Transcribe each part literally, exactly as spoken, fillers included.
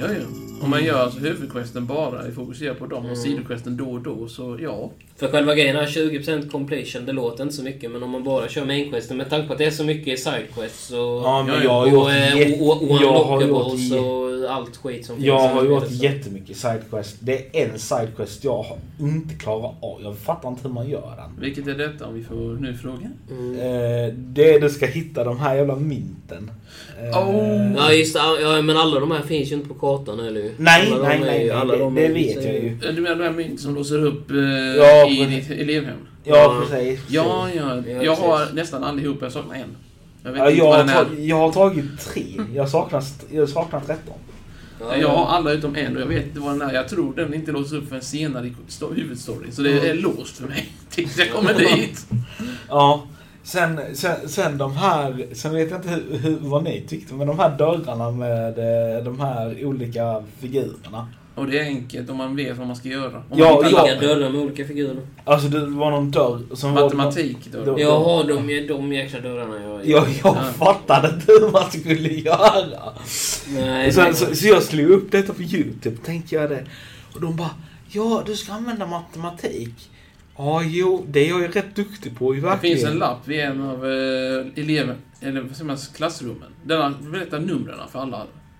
Ja, ja. Om man gör alltså huvudquesten bara, fokuserar på dem och mm. sidoquesten då och då, så ja. För själva grejen är tjugo procent completion, det låter inte så mycket, men om man bara kör mainquesten, med tanke på att det är så mycket sidequests och, ja, men jag har gjort och, och, och, och unlockables och allt skit som finns. Jag har gjort jättemycket sidequest. Det är en sidequest jag inte klarar av. Jag fattar inte hur man gör den. Vilket är detta, om vi får nu fråga? Mm. Eh, det är du ska hitta de här jävla mynten. Eh, oh. Ja, just det. Ja, men alla de här finns ju inte på kartan, eller hur? Nej, alla nej, de nej. Alla det de det är, vet jag ju. Du menar de här mynt som låser upp eh, ja, i men... ditt elevhem? Ja, precis. Ja, ja. Jag, jag har nästan allihop, jag saknar en. Jag, vet ja, inte jag, har tag, jag har tagit tre. Jag saknar, jag saknar tretton. Ja, jag har alla utom en och jag vet inte vad den är. Jag tror den inte låser upp för en senare huvudstory. Så det är mm. låst för mig tills jag kommer dit. Ja, sen, sen, sen de här... Sen vet jag inte hur, hur, vad ni tyckte, men de här dörrarna med de här olika figurerna. Och det är enkelt om man vet vad man ska göra. Om ja, vilka dörrar med olika figurer? Alltså det var någon dörr som matematik var... Dörr. Jaha, de, de jäkla dörrarna. Jag, jag, jag ja. fattade inte hur man skulle göra. Nej, sen, nej. Så, så jag slog upp detta på YouTube, tänkte jag det. Och de bara, ja du ska använda matematik. Ja, jo, det är jag ju rätt duktig på i verkligheten. Det finns en lapp vid en av eh, eleven, eller vad säger man, klassrummen. Denna berättar numren för alla.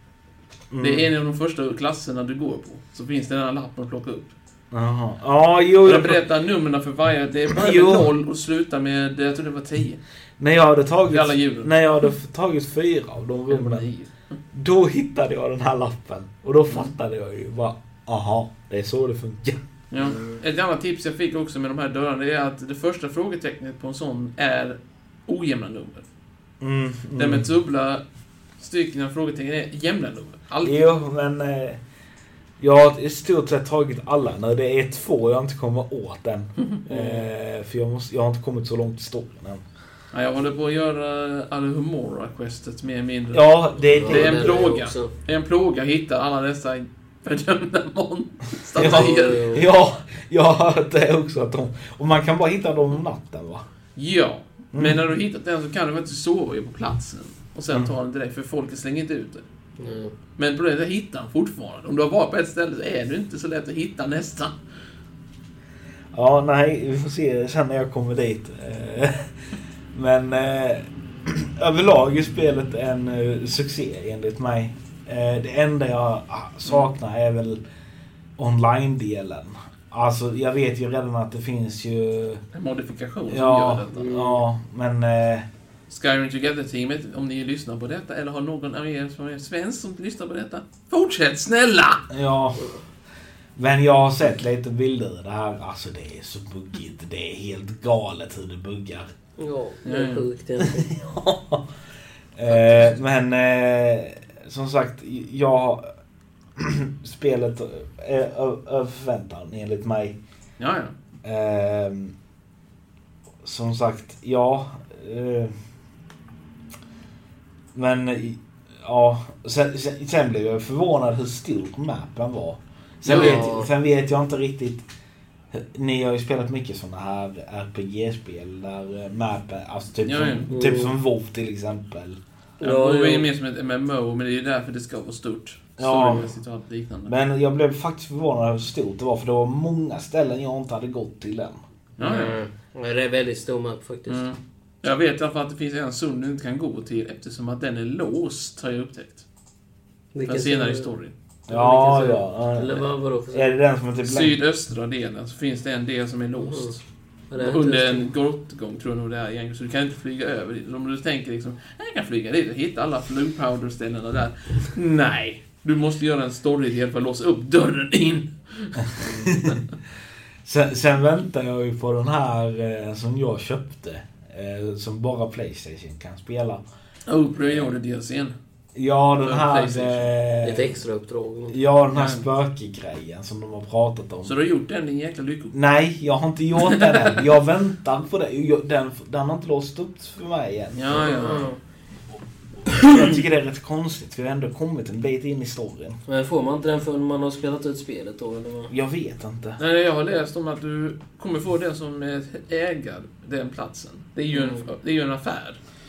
Mm. Det är en av de första klasserna du går på. Så finns det den här lappen att plocka upp. Jaha. Ja, jo. Jag berättar numren för varje. Det är bara med noll och slutar med, jag tror det var tio. När jag hade tagit, alla när jag hade tagit fyra av de rummen. Då hittade jag den här lappen. Och då fattade jag ju bara, aha, det är så det funkar. Ja. Ett annat tips jag fick också med de här dörrarna är att det första frågetecknet på en sån är ojämna nummer. Mm, mm. Den med dubbla stycken av frågetecken är jämna nummer. Alltid. Jo, men eh, jag har i stort sett tagit alla. När det är två jag inte kommer åt än. eh, för jag, måste, jag har inte kommit så långt i storyn än. Ja, jag håller på att göra Aluhumora-questet mer eller mindre. Ja, det, det, det är en plåga. Det är en plåga att hitta alla dessa fördömda monster. Ja, ja, jag har hört det också. Att de, och man kan bara hitta dem om natten, va? Ja, mm. men när du hittat den så kan du inte sova på platsen. Och sen mm. ta den direkt, för folk slänger inte ut det. Mm. Men problemet är att hitta den fortfarande. Om du har varit på ett ställe så är det inte så lätt att hitta nästan. Ja, nej, vi får se sen när jag kommer dit. Men eh, överlag är spelet en uh, succé enligt mig. Eh, det enda jag saknar är väl online-delen. Alltså, jag vet ju redan att det finns ju... en modifikation som ja, gör detta. Ja, men... Eh, Skyrim Together-teamet, om ni lyssnar på detta eller har någon av er som är svensk som lyssnar på detta, fortsätt snälla! Ja, men jag har sett lite bilder det här. Alltså det är så buggigt. Det är helt galet hur det buggar. Ja, det är sjukt. Ja. eh, men eh, som sagt, jag spelet är över förväntan enligt mig. Ja, ja. Eh, som sagt, ja... Eh, Men ja, sen, sen, sen blev jag förvånad hur stor mappen var. Sen, ja. vet, sen vet jag inte riktigt. Ni har ju spelat mycket sådana här R P G-spel där mappen, alltså typ, ja, som, typ som WoW till exempel. Ja, WoW är mer som ett M M O, men det är ju därför det ska vara stort. Ja, och allt liknande. Men jag blev faktiskt förvånad hur stort det var, för det var många ställen jag inte hade gått till än. Ja, ja. Mm. Det är väldigt stor mapp faktiskt. Mm. Jag vet i alla fall att det finns en zon du inte kan gå till eftersom att den är låst, har jag upptäckt. Den senare i storyn. Ja, ja. Eller vad var det? Är det den som är typ sydöstra delen så finns det en del som är låst. Mm. Under en grottgång tror jag nog det är egentligen. Så du kan inte flyga över dit. Om du tänker liksom, jag kan flyga dit och hitta alla flugpowder-ställena där. Nej, du måste göra en story till för att låsa upp dörren in. sen, sen väntar jag ju på den här eh, som jag köpte. Eh, som bara PlayStation kan spela. Opera gjorde D L C:n. Ja, den här... Eh, ett extra uppdrag. Ja, den här spökegrejen som de har pratat om. Så du har gjort den i jäkla lyckor? Nej, jag har inte gjort den än. Jag väntar på det. Jag, den, den har inte låst upp för mig än. Ja, ja. Jag tycker det är rätt konstigt. För vi har ändå kommit en bit in i storyn. Men får man inte den förrän man har spelat ut spelet då? Eller vad? Jag vet inte. Nej, jag har läst om att du kommer få den som ägar den platsen. Det är ju en, det är ju en affär.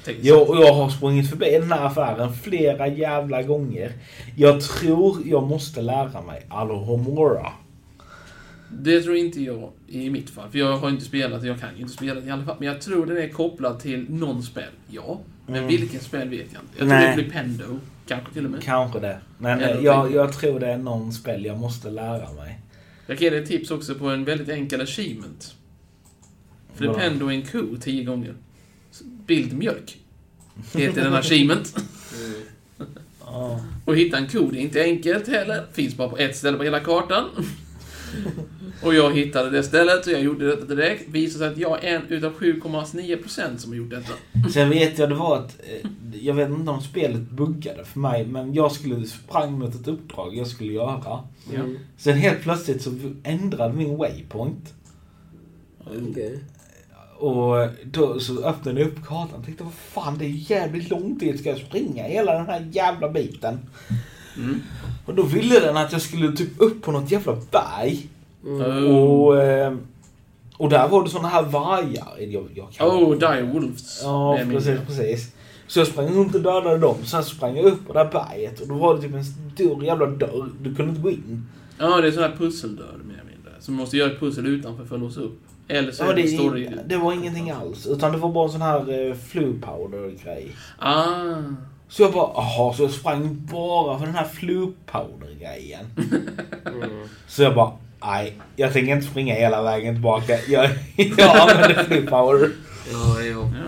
Jag, jag har sprungit förbi den här affären flera jävla gånger. Jag tror jag måste lära mig Alohomora. Det tror inte jag i mitt fall. För jag har inte spelat, jag kan ju inte spela i alla fall. Men jag tror den är kopplad till någon spel. Ja. Men mm. vilken spel vet jag inte. Jag tror Nej. det är Flipendo. Kanske till och med. Kanske det. Men jag, jag tror det är någon spel jag måste lära mig. Jag kan ge dig ett tips också på en väldigt enkel achievement. Flipendo en ko tio gånger. Bild mjölk. Heter den achievement. Mm. Oh. Och hitta en ko, det är inte enkelt heller. Finns bara på ett ställe på hela kartan. Och jag hittade det stället och jag gjorde detta direkt. Visade sig att jag är en utav sju komma nio procent som har gjort detta. Sen vet jag det var att jag vet inte om spelet buggade för mig, men jag skulle sprang mot ett uppdrag jag skulle göra. Mm. Sen helt plötsligt så ändrade min waypoint. Okay. Och då så öppnade jag upp kartan och tänkte, vad fan, det är jävligt lång tid ska jag springa hela den här jävla biten. Mm. Och då ville den att jag skulle typ upp på något jävla berg. Mm. Och, och där var det såna här vargar. Jag, jag kan oh, dire wolves. Ja, precis, precis. Så jag sprang runt och dödade dem. Sen sprang jag upp på det här berget. Och då var det typ en stor jävla dörr. Du kunde inte gå in. Ja, det är sån här pusseldörr mer eller mindre. Så man måste göra ett pussel utanför för att låsa upp. Eller så ja, det, story. det var ingenting alls. Utan det var bara en sån här eh, flu powder-grej. Ah. Så jag bara, aha, så jag sprang bara för den här flu powder-grejen. Mm. Så jag bara, nej, jag tänker inte springa hela vägen tillbaka. Jag, jag använder flu powder. Ja, ja. Uh,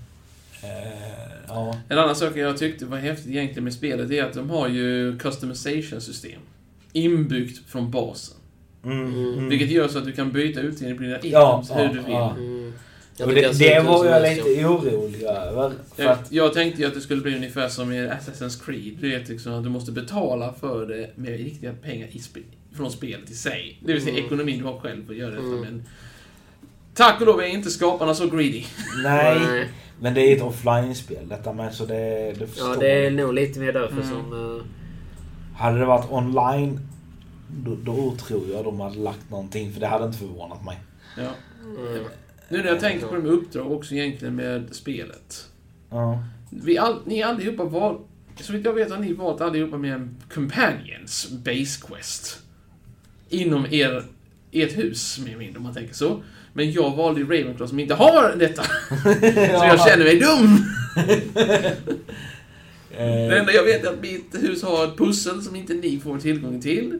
ja. En annan sak jag tyckte var häftigt egentligen med spelet är att de har ju customization-system inbyggt från basen. Mm, mm. Vilket gör så att du kan byta ut dina items ja, hur ja, du vill. Ja. Mm. Det, det var jag lite orolig över. För jag, att... jag tänkte ju att det skulle bli ungefär som i Assassin's Creed. Du vet liksom att du måste betala för det med riktiga pengar i spe, från spelet i sig. Det vill säga mm. ekonomin du har själv för att göra detta. Mm. Men tack och lov är inte skaparna så greedy. Nej, men det är ett offline-spel detta med, så det, det ja, det är nog lite mer därför mm. som... Uh... Hade det varit online, då, då tror jag de hade lagt någonting, för det hade inte förvånat mig. Ja. Mm. Nu när jag tänker på de uppdrag också egentligen med spelet. Ja. Vi all, ni allihopa var, så vitt jag vet har ni valt allihopa med en Companions Base Quest. Inom er, ert hus, med mindre om man tänker så. Men jag valde ju Ravenclaw som inte har detta. Ja. Så jag känner mig dum. Det enda jag vet är att mitt hus har ett pussel som inte ni får tillgång till.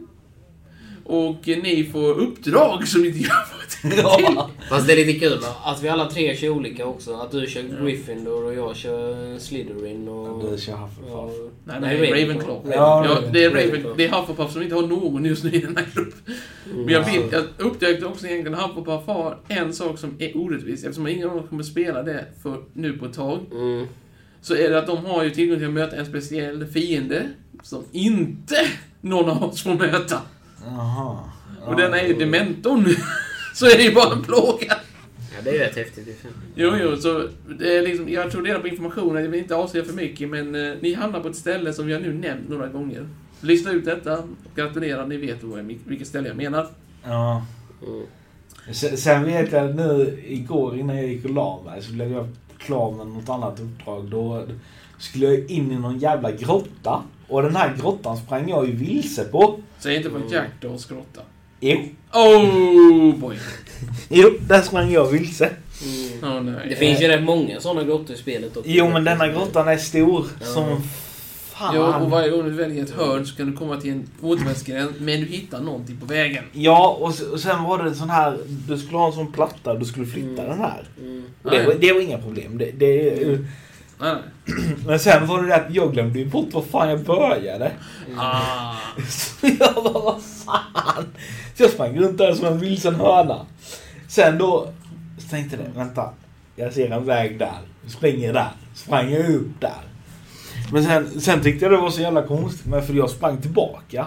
Och ni får uppdrag som inte jag får till. Ja. Fast det är lite kul att vi alla tre kör olika också. Att du kör Gryffindor och jag kör Slytherin och... Du kör Hufflepuff. Ja, nej, nej, nej, Ravenclaw. Ravenclaw. Ja, ja, det är Ravenclaw. Det är Hufflepuff som inte har någon just nu i den här gruppen. Mm. Men jag, vill, jag upptäckte också egentligen att Hufflepuff har en sak som är orättvis. Eftersom ingen av dem kommer spela det för nu på ett tag. Mm. Så är det att de har ju tillgång till att möta en speciell fiende som inte någon av oss får möta. Aha. Och den är ju dementorn. Så är det ju bara en plåga. Ja, det är rätt häftigt. Jo, jo, så det är liksom, jag tror det är på informationen. Jag vill inte avslöja för mycket, men eh, ni hamnar på ett ställe som jag nu nämnt några gånger. Lyssna ut detta och gratulera, ni vet vad jag, vilket ställe jag menar. Ja. Mm. Sen, sen vet jag nu, igår innan jag gick och la mig så blev jag klar med något annat uppdrag. Då skulle jag in i någon jävla grotta. Och den här grottan sprang jag ju vilse på. Säg inte på en Jackdaws grotta. Jo. Oh boy. Jo, där sprang jag vilse. Mm. Oh, nej. Det finns ju rätt många sådana grottor i spelet också. Jo, men denna grottan är stor ja. Som fan. Ja, och varje gång du väljer ett hörn så kan du komma till en återvändsgränd, men du hittar någonting på vägen. Ja, och, och sen var det en sån här, du skulle ha en sån platta, du skulle flytta mm. den här. Mm. Det, var, det var inga problem. Det, det, mm. Nej. Men sen var det det att jag glömde ju bort vad fan jag började. Ah. Så jag bara, vad fan? Så jag sprang runt där som en vilsen höna. Sen då så tänkte jag, vänta, jag ser en väg där. Springer där. Sprang jag upp där. Men sen, sen tyckte jag det var så jävla konstigt med, för jag sprang tillbaka.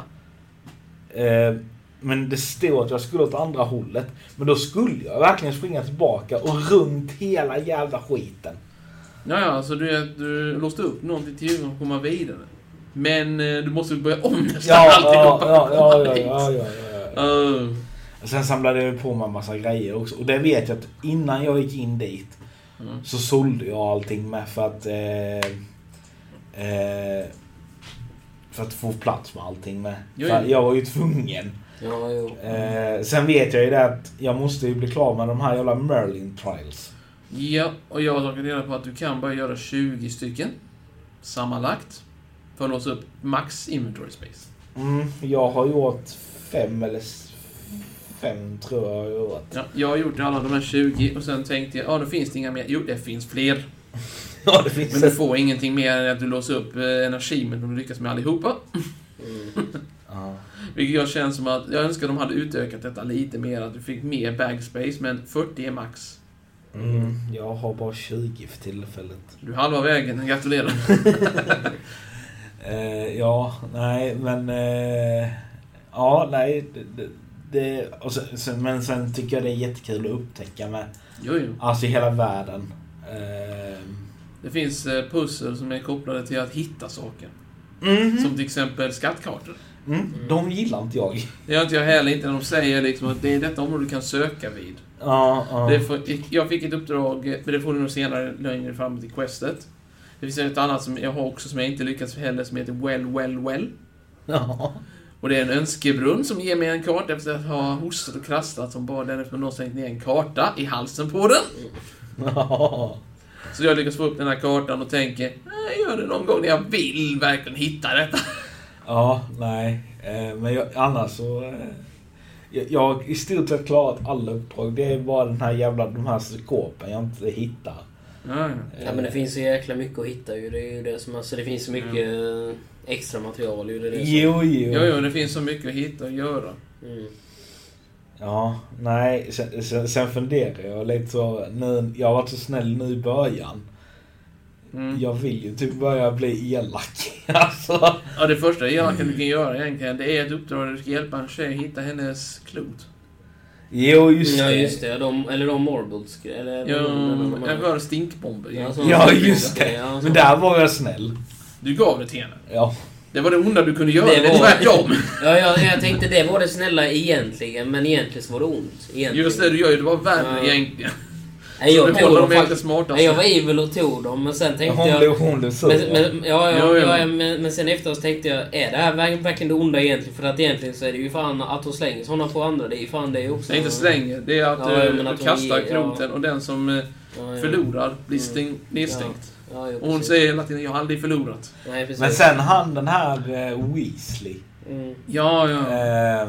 Eh, men det stod att jag skulle åt andra hållet. Men då skulle jag verkligen springa tillbaka och runt hela jävla skiten. Ja, ja, så du, du låste upp någonting till att komma vidare. Men eh, du måste börja om nästan ja, alltid ja, upp ja, ja, ja, ja, ja, ja. Uh. Sen samlade jag på mig en massa grejer också. Och det vet jag att innan jag gick in dit mm. så sålde jag allting med för att eh, eh, för att få plats med allting med. Jo, för jo. jag var ju tvungen. Ja, jo. Eh, sen vet jag ju det att jag måste ju bli klar med de här jävla Merlin Trials. Ja, och jag har tagit reda på att du kan bara göra tjugo stycken sammanlagt för att låsa upp max inventory space. Mm, jag har gjort fem eller s- fem tror jag har gjort. Ja, jag har gjort alla de här tjugo och sen tänkte jag, ja då finns det inga mer. Jo, det finns fler. Ja, det finns. Men du får ingenting mer än att du låser upp en achievement om du lyckas med allihopa. Mm. Ja. Vilket jag känner som att, jag önskar de hade utökat detta lite mer, att du fick mer bag space, men fyrtio är max. Mm, jag har bara tjugo för tillfället. Du är halva vägen, gratulerar. eh, ja, nej, men eh, ja, nej det, det, det och sen, sen, men sen tycker jag det är jättekul att upptäcka med Jo, jo. alltså i hela världen. Eh, Det finns eh, pussel som är kopplade till att hitta saker. mm, Som till exempel skattkartor. mm, de gillar inte jag. Det gör inte jag heller, inte när de säger liksom att det är detta område du kan söka vid. Ja, ja. Det får, jag fick ett uppdrag, men det får du nog senare längre fram till questet. Det finns ett annat som jag har också som jag inte lyckats heller, som heter Well, Well, Well. Ja. Och det är en önskebrunn som ger mig en karta efter att ha hostat och krastat som bara den efter någon slängt ner en karta i halsen på den. Ja. Så jag lyckas få upp den här kartan och tänker, jag gör det någon gång när jag vill verkligen hitta detta. Ja, nej. Eh, men jag, annars så... Eh, jag, jag har i stort sett klarat alla uppdrag. Det är bara den här jävla, de här skåpen jag inte hittar. Ja, ja. Ja, men det finns så jäkla mycket att hitta ju. Det är ju det som, alltså, det finns så mycket mm. extra material ju. Det är det som... Jo, jo. Jo, jo, det finns så mycket att hitta och göra. Mm. Ja, nej. Sen, sen, sen funderar jag lite så... Nu, jag har varit så snäll nu i början. Mm. Jag vill ju typ börja bli elak. Alltså. Ja, det första elaka du kan göra egentligen, det är ett uppdrag där du ska hjälpa en tjej hitta hennes klot. Jo, just Ja, det. just det. De, eller de Marbles. Eller, Ja, de, jag var stinkbomber. Ja, så- Ja, just det. Ja, så- Men där var jag snäll. Du gav det till henne. Ja. Det var det onda du kunde göra, Det det är var- tvärtom. Ja, jag, jag tänkte det var det snälla egentligen, men egentligen så var det ont. Egentligen. Just det du gör ju, det var värre Ja. egentligen. Nej, Så jag du tog håller dem dem faktiskt. inte smartast. Nej, jag var evil och tog dem, men sen tänkte Hon jag... blev, hon blev sur. Men, men, ja, ja, Jo, jo. ja, men, men sen efteråt tänkte jag, är det här ver- verkligen det onda egentligen? För att egentligen så är det ju fan att hon slänger sådana på andra, det är ju fan det också. Det är inte slänger, det är att Ja, du, men du att hon kastar ger- kloten och den som eh, Ja, ja. förlorar blir Mm. stäng, nedstängt. Ja, jo, Och hon precis. säger hela tiden, jag har aldrig förlorat. Nej, precis. Men sen han den här eh, Weasley. Mm. Ja, ja. Eh,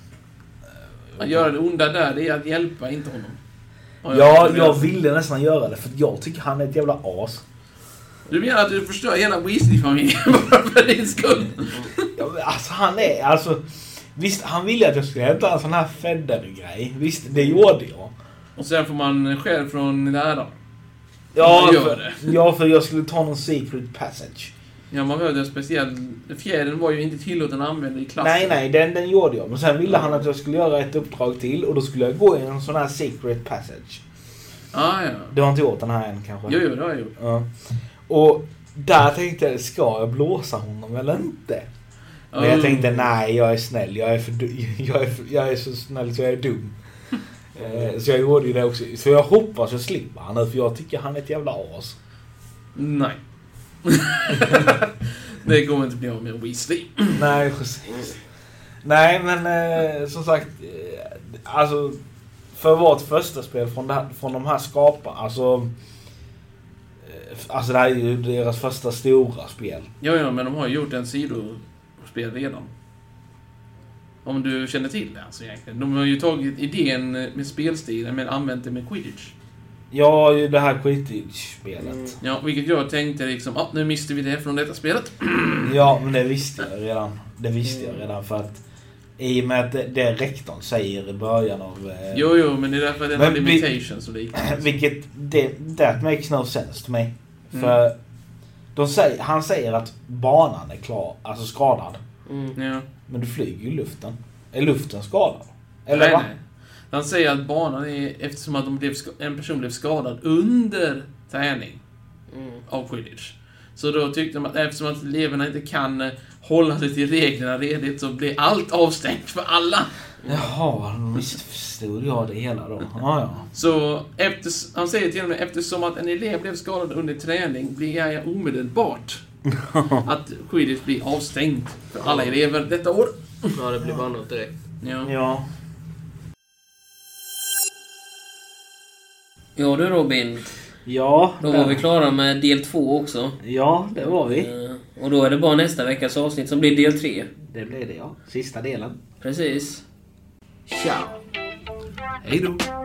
Att göra det onda där, det är att hjälpa, inte honom. ja, jag ville nästan göra det för att jag tycker han är ett jävla as. Du menar att du förstör hela Weasley-familjen bara för din skull? Ja, men alltså han är, alltså... Visst, han ville att jag skulle hämta en sån här Fedder-grej. Visst, det gjorde jag. Och sen får man själv från läraren. Ja, Man gör för, det. ja, för jag skulle ta någon secret passage. Ja, man behövde en speciell... Fjädern var ju inte tillåten att använda i klassen. Nej, nej, den, den gjorde jag. Men sen ville han att jag skulle göra ett uppdrag till. Och då skulle jag gå i en sån här secret passage. Ah, ja. Du har inte gjort den här än kanske? Jo, jo, det har jag gjort. Ja. Och där tänkte jag, ska jag blåsa honom eller inte? Men jag Mm. tänkte, nej, jag är snäll. Jag är, för, du- jag är, för, jag är så snäll så jag är dum. eh, så jag gjorde ju det också. Så jag hoppas jag slipper han nu, för jag tycker han är ett jävla as. Nej. Det går inte att bli av med Weasley. Nej, precis. Nej, men eh, som sagt, eh, alltså för vårt första spel från, det här, från de här skaparna, alltså, eh, alltså det här är ju deras första stora spel. Ja, ja, men de har ju gjort en sidospel redan. Om du känner till det alltså egentligen. De har ju tagit idén med spelstilen men använt det med Quidditch. Ja, ju det här Quidditch-spelet. Mm. Ja, vilket jag tänkte liksom, ah, nu miste vi det från detta spelet. Ja, men det visste jag redan. Det visste jag redan för att i och med att det, det rektorn säger i början av... Eh, Jo, jo, men det är därför att det är Men en vi- limitation så liknande. vilket, det, that makes no sense to me. Mm. För de säger, han säger att banan är klar, alltså skadad. Mm. Ja. Men du flyger ju i luften. Är luften skadad? Eller Nej, va? nej. Han säger att banan är, eftersom att de blev, ska- en person blev skadad under träning Mm. av Quidditch. Så då tyckte de att eftersom att eleverna inte kan hålla sig till reglerna redigt så blir allt avstängt för alla. Jaha, visst förstod jag det hela då. Ja, ja. Så efter, han säger till och med, eftersom att en elev blev skadad under träning blir jag omedelbart att Quidditch blir avstängt för alla elever detta år. Ja, det blir bara något direkt. Ja. Ja. Ja du Robin. Ja. Då var vi klara med del två också. Ja, det var vi. Uh, och då är det bara nästa veckas avsnitt som blir del tre. Det blir det, ja. Sista delen. Precis. Ciao. Hej då.